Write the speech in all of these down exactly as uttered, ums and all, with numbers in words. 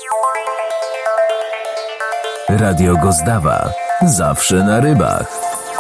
Radio Gozdawa. Zawsze na rybach.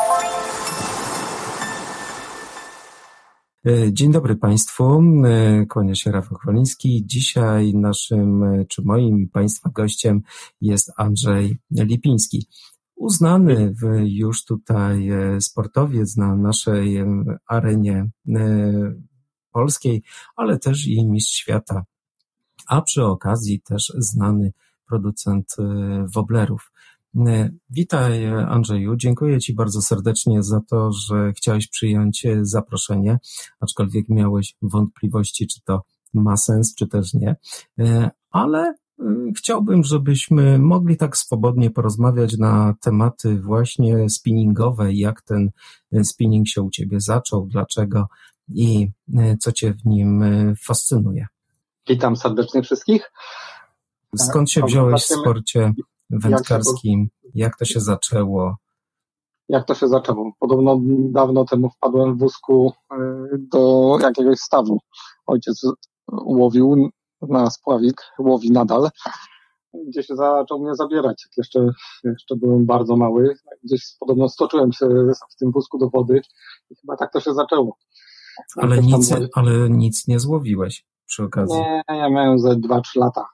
Dzień dobry Państwu, kłania się Rafał Chwaliński. Dzisiaj naszym, czy moim i Państwa gościem jest Andrzej Lipiński. Uznany już tutaj sportowiec na naszej arenie polskiej, ale też i mistrz świata, a przy okazji też znany producent woblerów. Witaj Andrzeju, dziękuję Ci bardzo serdecznie za to, że chciałeś przyjąć zaproszenie, aczkolwiek miałeś wątpliwości, czy to ma sens, czy też nie, ale chciałbym, żebyśmy mogli tak swobodnie porozmawiać na tematy właśnie spinningowe, jak ten spinning się u Ciebie zaczął, dlaczego i co Cię w nim fascynuje. Witam serdecznie wszystkich. Skąd się wziąłeś w sporcie wędkarskim? Jak to się zaczęło? Jak to się zaczęło? Podobno dawno temu wpadłem w wózku do jakiegoś stawu. Ojciec łowił na spławik, łowi nadal. Gdzieś zaczął mnie zabierać, jak jeszcze, jeszcze byłem bardzo mały. Gdzieś podobno stoczyłem się w tym wózku do wody i chyba tak to się zaczęło. Ale nic, tam... ale nic nie złowiłeś przy okazji? Nie, ja miałem ze dwa trzy lata.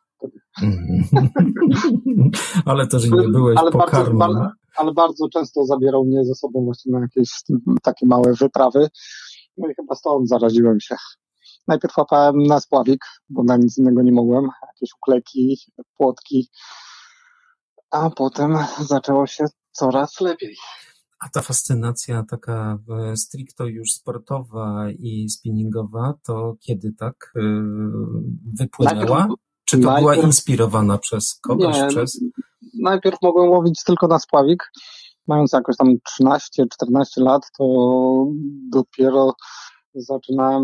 Ale też nie byłeś ale pokarmem. Bardzo, ale, ale bardzo często zabierał mnie ze sobą właśnie na jakieś takie małe wyprawy. No i chyba stąd zaraziłem się. Najpierw łapałem na spławik, bo na nic innego nie mogłem. Jakieś ukleki, płotki. A potem zaczęło się coraz lepiej. A ta fascynacja taka stricto już sportowa i spinningowa, to kiedy tak wypłynęła? Najpierw, Czy to najpierw, była inspirowana przez kogoś? Nie, przez... najpierw mogłem łowić tylko na spławik. Mając jakoś tam trzynaście czternaście lat, to dopiero zaczynałem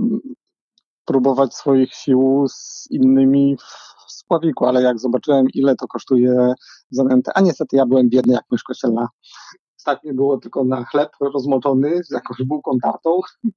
próbować swoich sił z innymi w spławiku, ale jak zobaczyłem, ile to kosztuje zanętę, a niestety ja byłem biedny jak mysz kościelna. Tak mnie było tylko na chleb rozmoczony z jakąś bułką tartą.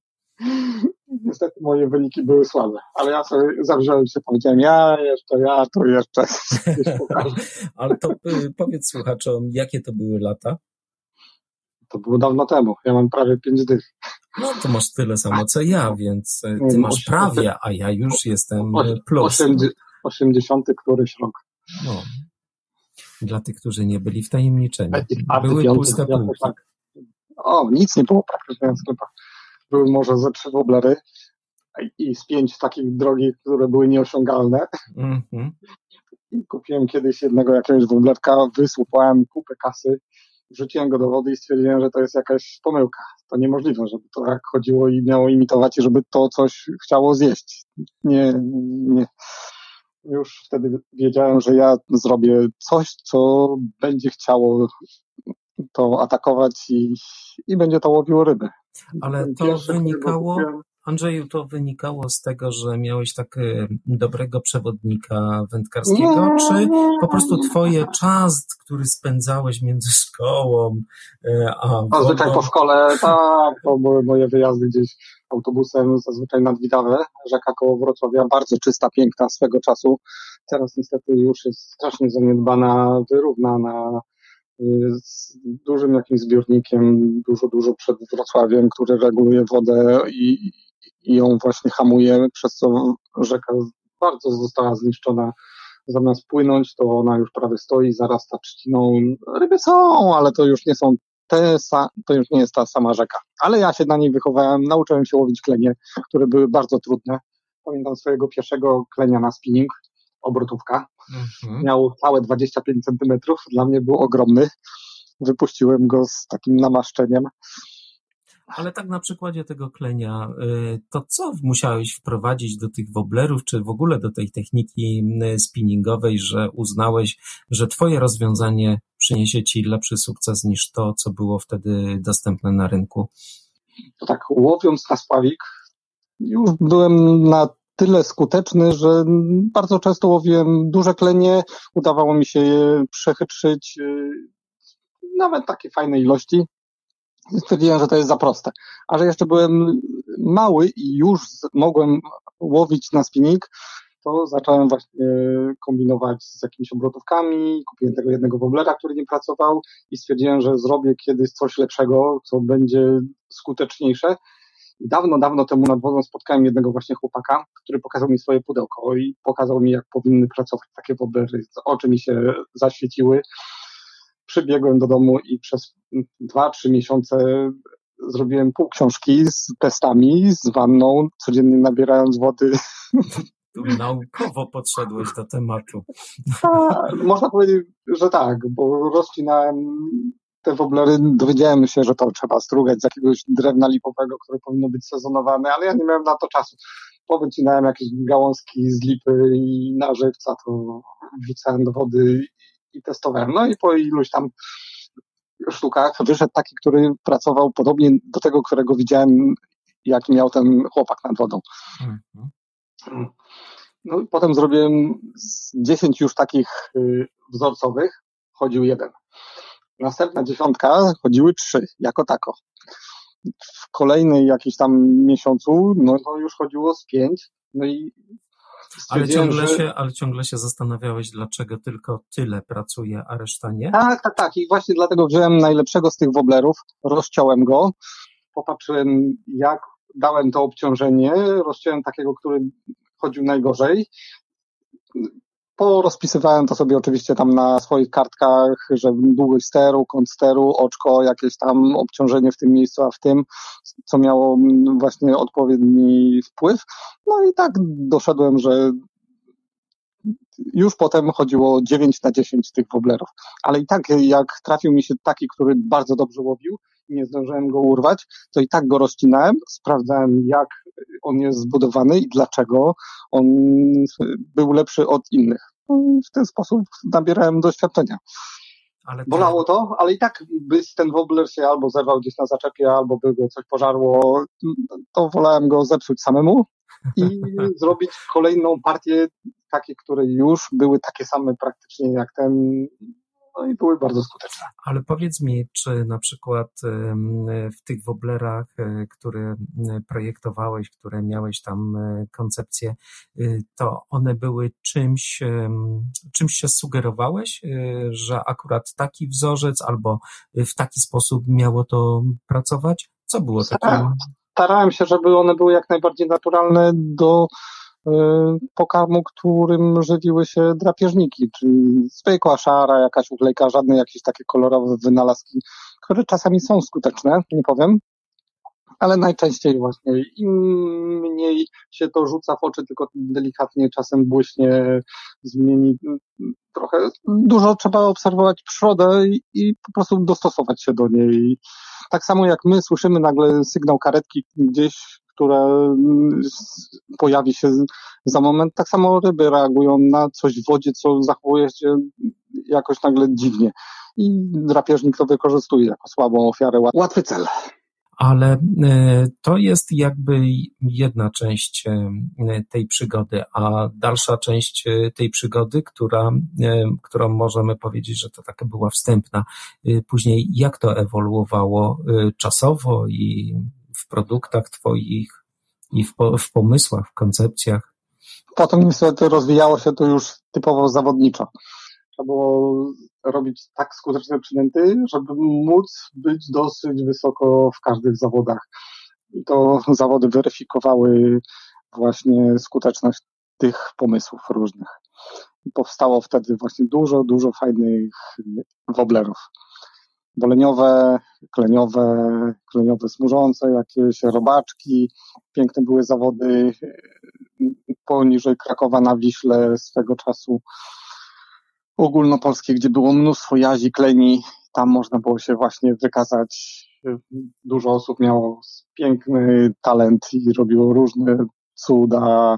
Niestety moje wyniki były słabe, ale ja sobie zawziąłem się, powiedziałem, ja jeszcze, ja tu jeszcze pokażę. Ale to powiedz słuchaczom, jakie to były lata? To było dawno temu, ja mam prawie pięć dych. No to masz tyle samo co ja, więc ty masz prawie, a ja już jestem plus. osiemdziesiąty któryś rok. No. Dla tych, którzy nie byli wtajemniczeni. Były piąty, puste półki. Tak. O, nic nie było praktycznie na sklepach. Były może ze trzy woblery i z pięć takich drogich, które były nieosiągalne. Mm-hmm. I kupiłem kiedyś jednego jakiegoś woblerka, wysłupałem kupę kasy, wrzuciłem go do wody i stwierdziłem, że to jest jakaś pomyłka. To niemożliwe, żeby to jak chodziło i miało imitować i żeby to coś chciało zjeść. Nie, nie. Już wtedy wiedziałem, że ja zrobię coś, co będzie chciało to atakować i, i będzie to łowiło ryby. Ale to Pierwszy, wynikało, Andrzeju, to wynikało z tego, że miałeś tak dobrego przewodnika wędkarskiego, nie, czy po prostu twoje czas, który spędzałeś między szkołą a zazwyczaj po szkole, tak, to były moje wyjazdy gdzieś autobusem, zazwyczaj nad Widawę, rzeka koło Wrocławia, bardzo czysta, piękna swego czasu. Teraz niestety już jest strasznie zaniedbana, wyrównana, z dużym jakimś zbiornikiem, dużo, dużo przed Wrocławiem, który reguluje wodę i, i ją właśnie hamuje, przez co rzeka bardzo została zniszczona. Zamiast płynąć, to ona już prawie stoi, zarasta trzciną. Ryby są, ale to już nie są te, to już nie jest ta sama rzeka. Ale ja się na niej wychowałem, nauczyłem się łowić klenie, które były bardzo trudne. Pamiętam swojego pierwszego klenia na spinning, obrotówka. Mhm. Miał całe dwadzieścia pięć centymetrów, dla mnie był ogromny. Wypuściłem go z takim namaszczeniem. Ale tak na przykładzie tego klenia, to co musiałeś wprowadzić do tych woblerów, czy w ogóle do tej techniki spinningowej, że uznałeś, że twoje rozwiązanie przyniesie ci lepszy sukces niż to, co było wtedy dostępne na rynku? To tak, łowiąc na spławik, już byłem na tyle skuteczny, że bardzo często łowiłem duże klenie, udawało mi się je przechytrzyć, nawet takie fajne ilości. Stwierdziłem, że to jest za proste. A że jeszcze byłem mały i już mogłem łowić na spinning, to zacząłem właśnie kombinować z jakimiś obrotówkami, kupiłem tego jednego woblera, który nie pracował i stwierdziłem, że zrobię kiedyś coś lepszego, co będzie skuteczniejsze. I dawno, dawno temu nad wodą spotkałem jednego właśnie chłopaka, który pokazał mi swoje pudełko i pokazał mi, jak powinny pracować takie woblery. Oczy mi się zaświeciły. Przybiegłem do domu i przez dwa, trzy miesiące zrobiłem pół książki z testami, z wanną, codziennie nabierając wody. Tu naukowo podszedłeś do tematu. A, można powiedzieć, że tak, bo rozcinałem te woblery, dowiedziałem się, że to trzeba strugać z jakiegoś drewna lipowego, które powinno być sezonowane, ale ja nie miałem na to czasu. Powycinałem jakieś gałązki z lipy i na żywca to wrzucałem do wody i testowałem. No i po iluś tam sztukach wyszedł taki, który pracował podobnie do tego, którego widziałem, jaki miał ten chłopak nad wodą. Mhm. No i potem zrobiłem z dziesięć już takich y, wzorcowych, chodził jeden. Następna dziesiątka chodziły trzy, jako tako. W kolejnej jakiejś tam miesiącu, no to już chodziło z pięć. No i ale ciągle, że... się, ale ciągle się zastanawiałeś, dlaczego tylko tyle pracuje, a reszta nie? Tak, tak, tak. I właśnie dlatego wziąłem najlepszego z tych woblerów, rozciąłem go, popatrzyłem, jak dałem to obciążenie, rozciąłem takiego, który chodził najgorzej. Porozpisywałem to sobie oczywiście tam na swoich kartkach, że długość steru, kąt steru, oczko, jakieś tam obciążenie w tym miejscu, a w tym, co miało właśnie odpowiedni wpływ. No i tak doszedłem, że już potem chodziło dziewięć na dziesięć tych woblerów. Ale i tak jak trafił mi się taki, który bardzo dobrze łowił i nie zdążyłem go urwać, to i tak go rozcinałem, sprawdzałem, jak on jest zbudowany i dlaczego on był lepszy od innych. No i w ten sposób nabierałem doświadczenia. Ale to... Bolało to, ale i tak by ten wobler się albo zerwał gdzieś na zaczepie, albo by go coś pożarło, to wolałem go zepsuć samemu i zrobić kolejną partię, takie, które już były takie same praktycznie jak ten, no i były bardzo skuteczne. Ale powiedz mi, czy na przykład w tych woblerach, które projektowałeś, które miałeś tam koncepcję, to one były czymś, czymś się sugerowałeś, że akurat taki wzorzec albo w taki sposób miało to pracować? Co było takim? Starałem się, żeby one były jak najbardziej naturalne do pokarmu, którym żywiły się drapieżniki, czyli zwykła szara, jakaś uklejka, żadne jakieś takie kolorowe wynalazki, które czasami są skuteczne, nie powiem, ale najczęściej właśnie im mniej się to rzuca w oczy, tylko delikatnie czasem błyśnie, zmieni trochę. Dużo trzeba obserwować przyrodę i, i po prostu dostosować się do niej. Tak samo jak my słyszymy nagle sygnał karetki gdzieś, która pojawi się za moment, tak samo ryby reagują na coś w wodzie, co zachowuje się jakoś nagle dziwnie. I drapieżnik to wykorzystuje jako słabą ofiarę. Łatwy cel. Ale to jest jakby jedna część tej przygody, a dalsza część tej przygody, która, którą możemy powiedzieć, że to taka była wstępna. Później jak to ewoluowało czasowo i w produktach twoich i w, w pomysłach, w koncepcjach? Potem niestety rozwijało się to już typowo zawodniczo. Trzeba było robić tak skuteczne przynęty, żeby móc być dosyć wysoko w każdych zawodach. I to zawody weryfikowały właśnie skuteczność tych pomysłów różnych. I powstało wtedy właśnie dużo, dużo fajnych woblerów. Boleniowe, kleniowe, kleniowe smużące, jakieś robaczki. Piękne były zawody poniżej Krakowa na Wiśle swego czasu. Ogólnopolskie, gdzie było mnóstwo jazi, kleni. Tam można było się właśnie wykazać. Dużo osób miało piękny talent i robiło różne cuda.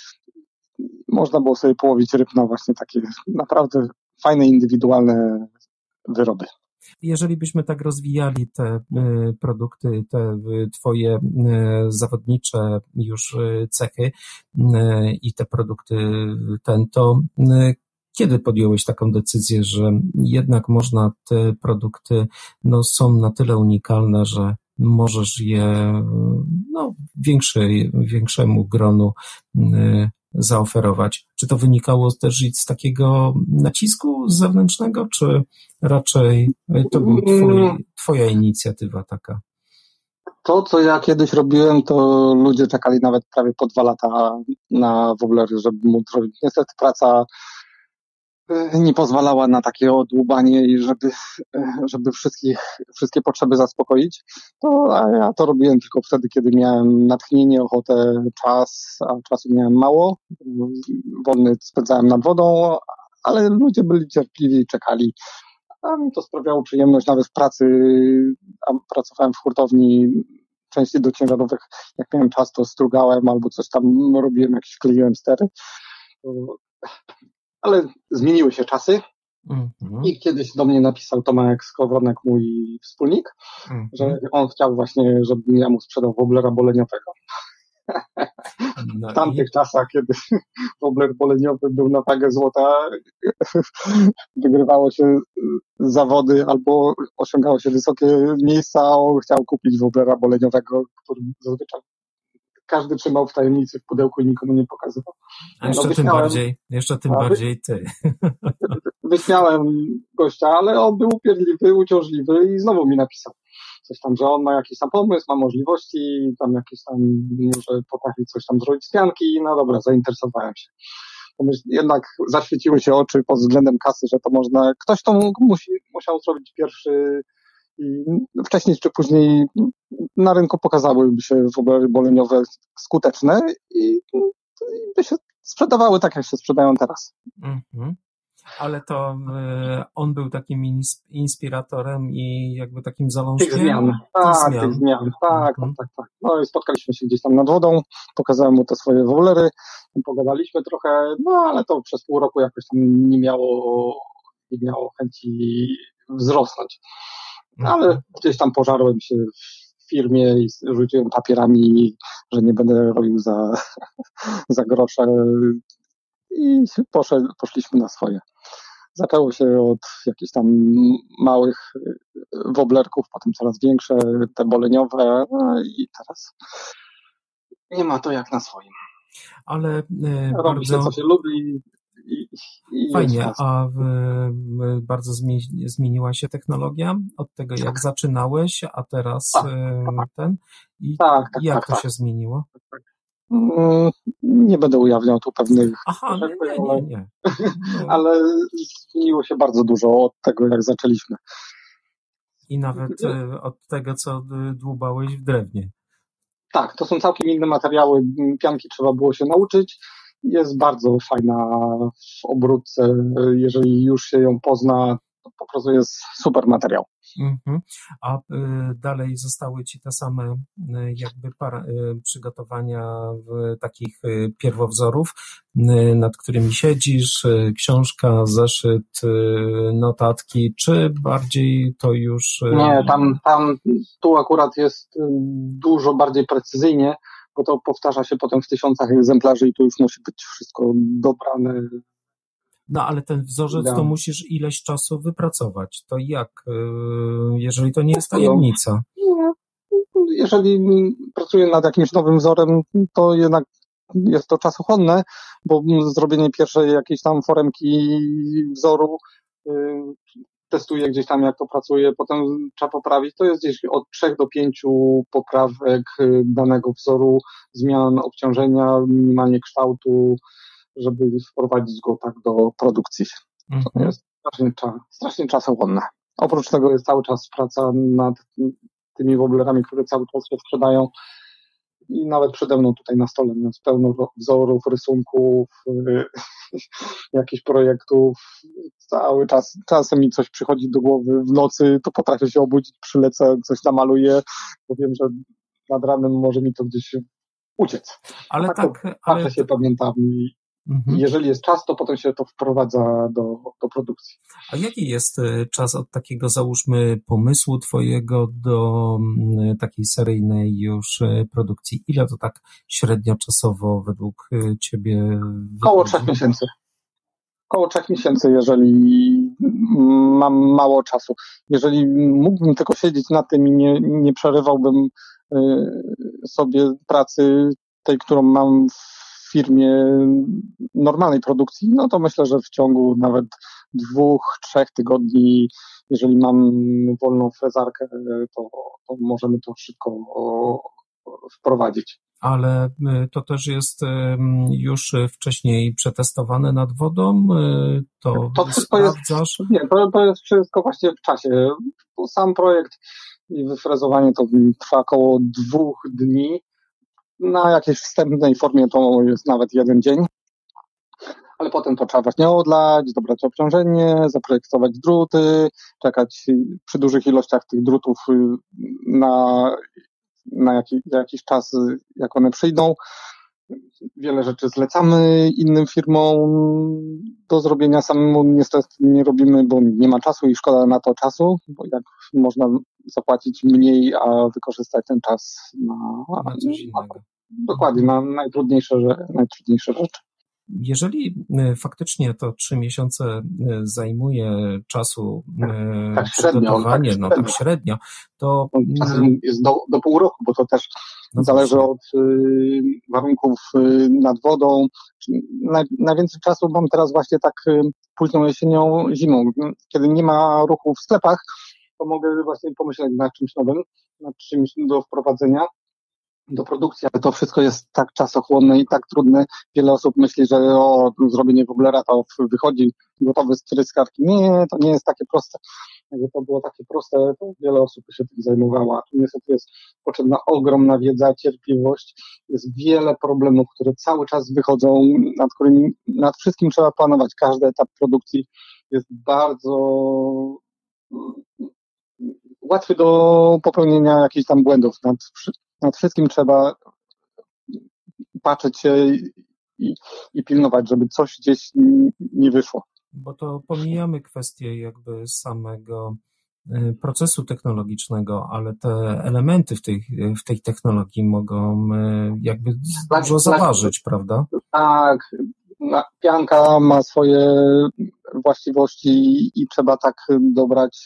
Można było sobie połowić ryb na właśnie takie naprawdę fajne, indywidualne wyroby. Jeżeli byśmy tak rozwijali te produkty, te twoje zawodnicze już cechy i te produkty ten, to kiedy podjąłeś taką decyzję, że jednak można te produkty, no, są na tyle unikalne, że możesz je no, większej, większemu gronu zaoferować. Czy to wynikało też z takiego nacisku zewnętrznego, czy raczej to była twój, twoja inicjatywa taka? To, co ja kiedyś robiłem, to ludzie czekali nawet prawie po dwa lata na woblery, żeby móc robić. Niestety praca nie pozwalała na takie odłubanie i żeby, żeby wszystkich, wszystkie potrzeby zaspokoić. To, a ja to robiłem tylko wtedy, kiedy miałem natchnienie, ochotę, czas, a czasu miałem mało. Wolny spędzałem nad wodą, ale ludzie byli cierpliwi i czekali. A mi to sprawiało przyjemność nawet w pracy. A pracowałem w hurtowni częściej do ciężarówek. Jak miałem czas, to strugałem albo coś tam robiłem, jakieś kleiłem stery. Ale zmieniły się czasy mm-hmm. i kiedyś do mnie napisał Tomek Skowronek, mój wspólnik, mm-hmm. że on chciał właśnie, żebym ja mu sprzedał woblera boleniowego. No w tamtych i... czasach, kiedy wobler boleniowy był na wagę złota, wygrywało się zawody albo osiągało się wysokie miejsca, a on chciał kupić woblera boleniowego, który zazwyczaj każdy trzymał w tajemnicy w pudełku i nikomu nie pokazywał. A jeszcze no, tym bardziej, jeszcze tym bardziej ty. Wyśmiałem gościa, ale on był upierdliwy, uciążliwy i znowu mi napisał coś tam, że on ma jakiś tam pomysł, ma możliwości, tam jakieś tam, że potrafi coś tam zrobić z pianki. No dobra, zainteresowałem się. Jednak zaświeciły się oczy pod względem kasy, że to można, ktoś to musi, musiał zrobić pierwszy. I wcześniej czy później na rynku pokazałyby się woblery boleniowe skuteczne i, i by się sprzedawały tak, jak się sprzedają teraz. Mm-hmm. Ale to y, on był takim ins- inspiratorem i jakby takim zalążkiem? Tych zmian. Tak, tych zmian. Tak, mm-hmm. tak, tak, tak. No i spotkaliśmy się gdzieś tam nad wodą, pokazałem mu te swoje woblery, pogadaliśmy trochę, no ale to przez pół roku jakoś tam nie miało, nie miało chęci wzrosnąć. Ale gdzieś tam pożarłem się w firmie i rzuciłem papierami, że nie będę robił za, za grosze i poszedł, poszliśmy na swoje. Zaczęło się od jakichś tam małych woblerków, potem coraz większe, te boleniowe, no i teraz nie ma to jak na swoim. Ale e, robi bardzo... się, co się lubi. I, i Fajnie, a w, w, bardzo zmieni, zmieniła się technologia od tego, jak tak. zaczynałeś, a teraz tak, tak. ten i tak, tak, jak tak, to tak. się zmieniło? Nie będę ujawniał tu pewnych Aha, rzeczy, nie, nie, nie, nie. No. Ale zmieniło się bardzo dużo od tego, jak zaczęliśmy. I nawet od tego, co dłubałeś w drewnie. Tak, to są całkiem inne materiały. Pianki trzeba było się nauczyć. Jest bardzo fajna w obróbce. Jeżeli już się ją pozna, to po prostu jest super materiał. Mm-hmm. A y, dalej zostały ci te same y, jakby para, y, przygotowania w takich y, pierwowzorów, y, nad którymi siedzisz, y, książka, zeszyt, y, notatki, czy bardziej to już... Y... Nie, tam, tam tu akurat jest dużo bardziej precyzyjnie, bo to powtarza się potem w tysiącach egzemplarzy i tu już musi być wszystko dobrane. No ale ten wzorzec to musisz ileś czasu wypracować. To jak, jeżeli to nie jest tajemnica? Jeżeli pracuję nad jakimś nowym wzorem, to jednak jest to czasochłonne, bo zrobienie pierwszej jakiejś tam foremki wzoru, testuję gdzieś tam, jak to pracuje, potem trzeba poprawić. To jest gdzieś od trzech do pięciu poprawek danego wzoru, zmian obciążenia, minimalnie kształtu, żeby wprowadzić go tak do produkcji. Mm-hmm. To jest strasznie, strasznie czasochłonne. Oprócz tego jest cały czas praca nad tymi woblerami, które cały czas się sprzedają i nawet przede mną tutaj na stole jest pełno wzorów, rysunków, jakichś projektów. Cały czas, czasem mi coś przychodzi do głowy w nocy, to potrafię się obudzić, przylecę, coś namaluję, bo wiem, że nad ranem może mi to gdzieś uciec. Ale tak, tak, ale... się pamiętam i mhm. jeżeli jest czas, to potem się to wprowadza do, do produkcji. A jaki jest czas od takiego, załóżmy, pomysłu twojego do takiej seryjnej już produkcji? Ile to tak średnio czasowo według ciebie? Koło trzech miesięcy. Koło trzech miesięcy, jeżeli mam mało czasu. Jeżeli mógłbym tylko siedzieć na tym i nie, nie przerywałbym sobie pracy tej, którą mam w firmie normalnej produkcji, no to myślę, że w ciągu nawet dwóch, trzech tygodni, jeżeli mam wolną frezarkę, to, to możemy to szybko wprowadzić. Ale to też jest już wcześniej przetestowane nad wodą? To, to wszystko jest, nie, to, to jest wszystko właśnie w czasie. Sam projekt i wyfrezowanie to trwa około dwóch dni. Na jakiejś wstępnej formie to jest nawet jeden dzień. Ale potem to trzeba właśnie odlać, dobrać obciążenie, zaprojektować druty, czekać przy dużych ilościach tych drutów na, na jaki, jakiś czas, jak one przyjdą. Wiele rzeczy zlecamy innym firmom do zrobienia, samemu niestety nie robimy, bo nie ma czasu i szkoda na to czasu, bo jak można zapłacić mniej, a wykorzystać ten czas na, na coś innego. Dokładnie, na najtrudniejsze, najtrudniejsze rzeczy. Jeżeli faktycznie to trzy miesiące zajmuje czasu tak przygotowanie, średnio, no tak tak średnio, to... Czasem jest do, do pół roku, bo to też no zależy właśnie. od y, warunków y, nad wodą. Naj, najwięcej czasu mam teraz właśnie tak y, późną jesienią, zimą. Kiedy nie ma ruchu w sklepach, to mogę właśnie pomyśleć nad czymś nowym, nad czymś do wprowadzenia do produkcji, ale to wszystko jest tak czasochłonne i tak trudne. Wiele osób myśli, że o, zrobienie woblera to wychodzi gotowy z tryskarki. Nie, to nie jest takie proste. Jakby to było takie proste, to wiele osób się tym zajmowało. A tu niestety jest potrzebna ogromna wiedza, cierpliwość. Jest wiele problemów, które cały czas wychodzą, nad którymi, nad wszystkim trzeba planować. Każdy etap produkcji jest bardzo łatwy do popełnienia jakichś tam błędów. Nad, nad wszystkim trzeba patrzeć się i, i pilnować, żeby coś gdzieś nie wyszło. Bo to pomijamy kwestię jakby samego procesu technologicznego, ale te elementy w tej, w tej technologii mogą jakby tak, dużo zaważyć, tak, prawda? Tak. Pianka ma swoje właściwości i trzeba tak dobrać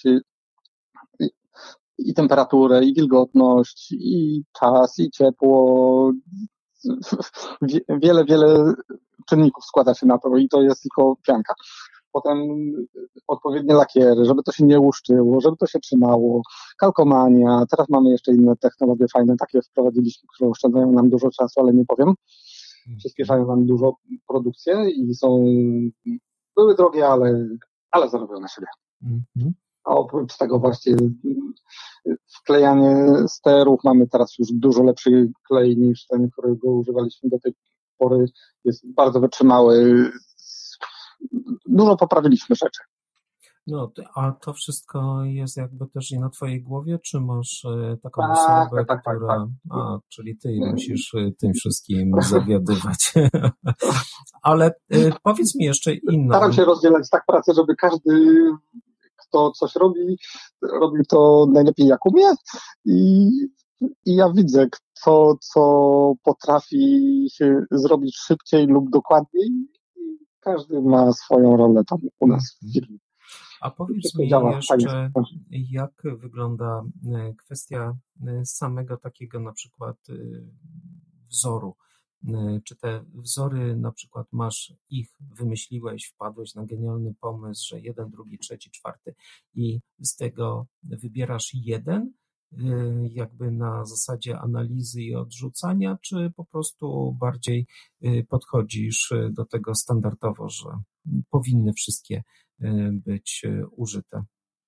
i temperaturę, i wilgotność, i czas, i ciepło. Wiele, wiele czynników składa się na to i to jest tylko pianka. Potem odpowiednie lakiery, żeby to się nie łuszczyło, żeby to się trzymało, kalkomania. Teraz mamy jeszcze inne technologie fajne, takie wprowadziliśmy, które oszczędzają nam dużo czasu, ale nie powiem. Przyspieszają nam dużo produkcję i są, były drogie, ale, ale zarobią na siebie. Mm-hmm. A oprócz tego właśnie wklejanie sterów, mamy teraz już dużo lepszy klej niż ten, którego używaliśmy do tej pory. Jest bardzo wytrzymały. Dużo poprawiliśmy rzeczy. No, a to wszystko jest jakby też i na twojej głowie, czy masz taką tak, osobę, tak, tak, która... Tak, tak. A, czyli ty musisz tym wszystkim zawiadywać. Ale powiedz mi jeszcze inną... Staram się rozdzielać tak pracę, żeby każdy, kto coś robi, robi to najlepiej jak umie i, i ja widzę, kto co potrafi zrobić szybciej lub dokładniej. Każdy ma swoją rolę tam u nas w firmie. A powiedz mi jeszcze, jak wygląda kwestia samego takiego na przykład wzoru. Czy te wzory na przykład masz ich, wymyśliłeś, wpadłeś na genialny pomysł, że jeden, drugi, trzeci, czwarty i z tego wybierasz jeden, jakby na zasadzie analizy i odrzucania, czy po prostu bardziej podchodzisz do tego standardowo, że powinny wszystkie być użyte?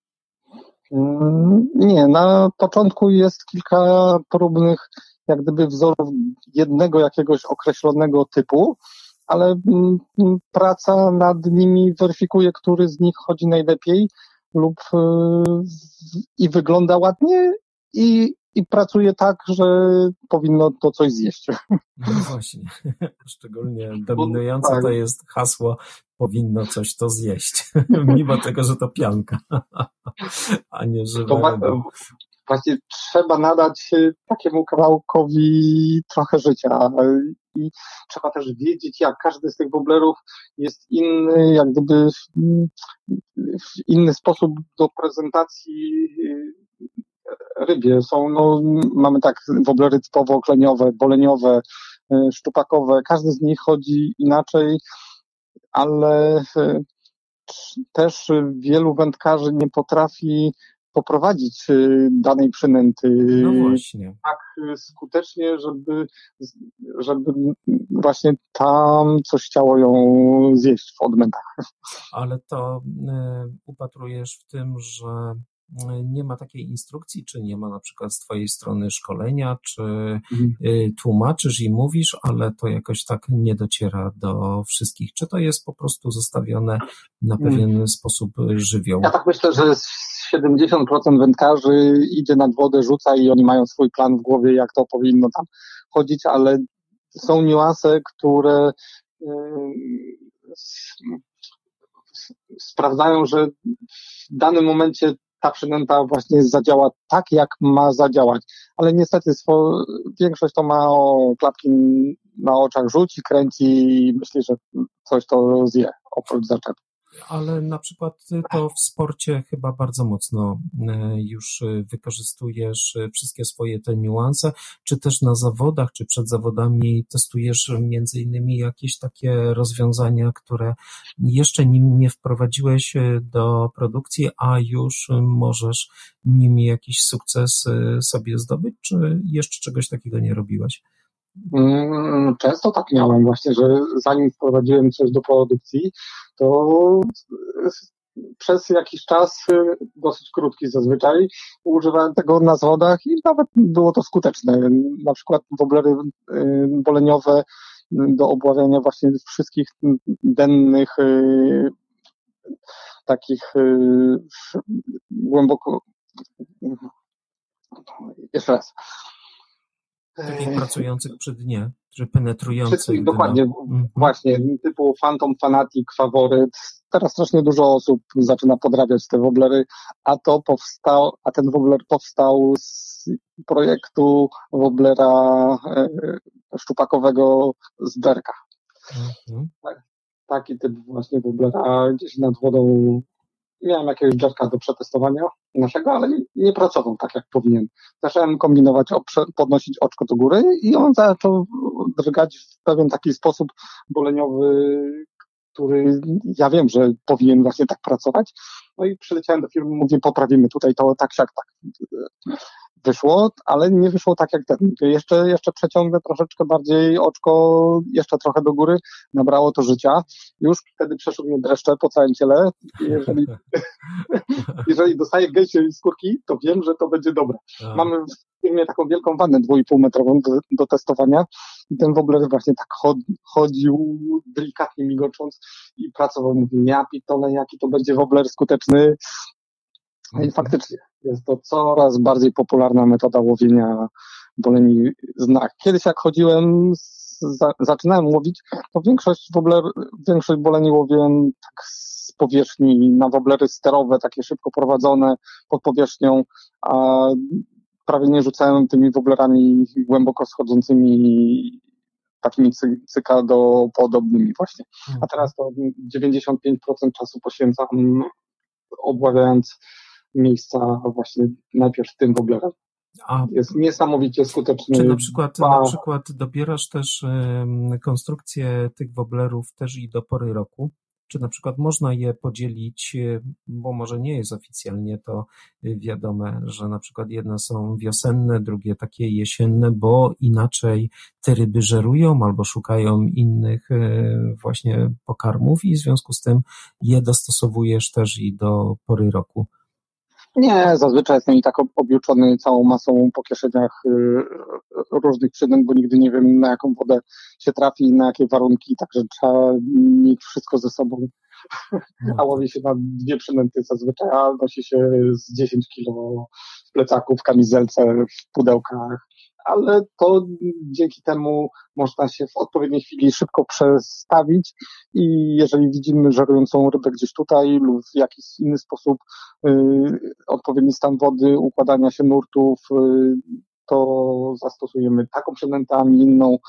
Nie, na początku jest kilka próbnych jak gdyby wzorów jednego jakiegoś określonego typu, ale praca nad nimi weryfikuje, który z nich chodzi najlepiej lub i wygląda ładnie i, i pracuje tak, że powinno to coś zjeść. No właśnie, szczególnie dominujące tak. To jest hasło powinno coś to zjeść, mimo tego, że to pianka, a nie żywe ryby. Właśnie trzeba nadać takiemu kawałkowi trochę życia i trzeba też wiedzieć, jak każdy z tych woblerów jest inny, jak gdyby w inny sposób do prezentacji rybie. Są, no, mamy tak woblery typowo kleniowe, boleniowe, szczupakowe, każdy z nich chodzi inaczej, ale też wielu wędkarzy nie potrafi poprowadzić danej przynęty no właśnie. tak skutecznie, żeby, żeby właśnie tam coś chciało ją zjeść w odmętach. Ale to y, upatrujesz w tym, że nie ma takiej instrukcji, czy nie ma na przykład z twojej strony szkolenia, czy mhm. y, tłumaczysz i mówisz, ale to jakoś tak nie dociera do wszystkich. Czy to jest po prostu zostawione na pewien mhm. sposób żywioł? Ja tak myślę, że siedemdziesiąt procent wędkarzy idzie nad wodę, rzuca i oni mają swój plan w głowie, jak to powinno tam chodzić, ale są niuanse, które y, sprawdzają, że w danym momencie ta przynęta właśnie zadziała tak, jak ma zadziałać. Ale niestety swo, większość to ma o klapki na oczach, rzuci, kręci i myśli, że coś to zje, oprócz zaczepu. Ale na przykład to w sporcie chyba bardzo mocno już wykorzystujesz wszystkie swoje te niuanse, czy też na zawodach, czy przed zawodami testujesz między innymi jakieś takie rozwiązania, które jeszcze nim nie wprowadziłeś do produkcji, a już możesz nimi jakiś sukces sobie zdobyć, czy jeszcze czegoś takiego nie robiłeś? Często tak miałem właśnie, że zanim wprowadziłem coś do produkcji, to przez jakiś czas, dosyć krótki zazwyczaj, używałem tego na zawodach i nawet było to skuteczne. Na przykład woblery boleniowe do obławiania właśnie wszystkich dennych takich głęboko... Jeszcze raz. Takich pracujących przy dnie, czy penetrujących. Dokładnie, mm-hmm. właśnie, typu Phantom, Fanatic, Faworyt. Teraz strasznie dużo osób zaczyna podrabiać te woblery, a to powstał, a ten wobler powstał z projektu woblera e, szczupakowego z Berka. Mm-hmm. Tak, taki typ właśnie woblera gdzieś nad wodą. Miałem jakiegoś jerka do przetestowania naszego, ale nie, nie pracował tak, jak powinien. Zacząłem kombinować, podnosić oczko do góry i on zaczął drgać w pewien taki sposób boleniowy, który ja wiem, że powinien właśnie tak pracować. No i przyleciałem do firmy, mówię, poprawimy tutaj to tak, siak, tak. Wyszło, ale nie wyszło tak jak ten. Jeszcze, jeszcze przeciągnę troszeczkę bardziej oczko, jeszcze trochę do góry, nabrało to życia. Już wtedy przeszły mnie dreszcze po całym ciele. Jeżeli, jeżeli dostaję gęsiej skórki, to wiem, że to będzie dobre. A. Mamy w firmie taką wielką wannę dwu i pół metrową do, do testowania i ten wobler właśnie tak chod, chodził, delikatnie migocząc i pracował. Mówi, ja pitole, jaki to będzie wobler skuteczny. No i faktycznie jest to coraz bardziej popularna metoda łowienia boleni znak. Kiedyś jak chodziłem, za, zaczynałem łowić, to większość wobler, większość boleni łowiłem tak z powierzchni na woblery sterowe, takie szybko prowadzone pod powierzchnią, a prawie nie rzucałem tymi woblerami głęboko schodzącymi, takimi cy, cykadopodobnymi właśnie. A teraz to dziewięćdziesiąt pięć procent czasu poświęcam obławiając miejsca właśnie najpierw tym woblerem. A jest niesamowicie skuteczny. Czy na przykład, na przykład dobierasz też um, konstrukcję tych woblerów też i do pory roku? Czy na przykład można je podzielić, bo może nie jest oficjalnie to wiadome, że na przykład jedne są wiosenne, drugie takie jesienne, bo inaczej te ryby żerują albo szukają innych właśnie pokarmów i w związku z tym je dostosowujesz też i do pory roku? Nie, zazwyczaj jestem i tak objuczony całą masą po kieszeniach różnych przynęt, bo nigdy nie wiem, na jaką wodę się trafi, na jakie warunki, także trzeba mieć wszystko ze sobą. A łowi się na dwie przynęty zazwyczaj, a nosi się z dziesięć kilo w plecaku, w kamizelce, w pudełkach, ale to dzięki temu można się w odpowiedniej chwili szybko przestawić i jeżeli widzimy żerującą rybę gdzieś tutaj lub w jakiś inny sposób yy, odpowiedni stan wody, układania się nurtów, yy, to zastosujemy taką przynętę, a nie inną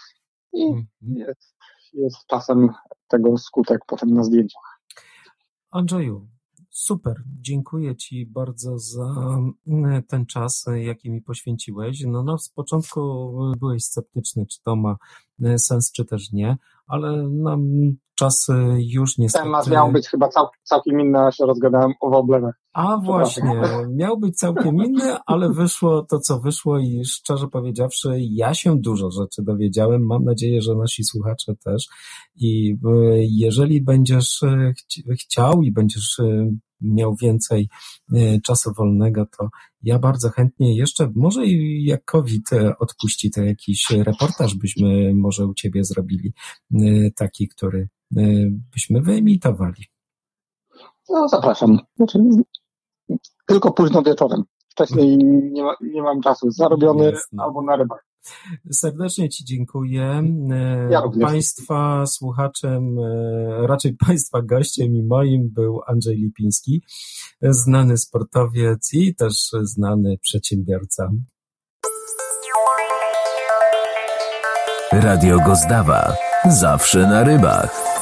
i jest, jest czasem tego skutek potem na zdjęciach. Andrzeju, Super, dziękuję Ci bardzo za ten czas, jaki mi poświęciłeś. No, no z początku byłeś sceptyczny, czy to ma sens, czy też nie, ale nam czas już niestety... Temat miał być chyba cał, całkiem inny, a się rozgadałem o woblerach. A właśnie, miał być całkiem inny, ale wyszło to, co wyszło i szczerze powiedziawszy, ja się dużo rzeczy dowiedziałem. Mam nadzieję, że nasi słuchacze też. I jeżeli będziesz chciał i będziesz miał więcej czasu wolnego, to ja bardzo chętnie jeszcze, może i jak COVID odpuści, to jakiś reportaż byśmy może u Ciebie zrobili, taki, który byśmy wyemitowali. No zapraszam. Znaczy, tylko późno wieczorem. Wcześniej nie, ma, nie mam czasu. Zarobiony Jasne. Albo na rybach. Serdecznie Ci dziękuję. Ja Państwa słuchaczem, raczej Państwa gościem i moim był Andrzej Lipiński, znany sportowiec i też znany przedsiębiorca. Radio Gozdawa. Zawsze na rybach.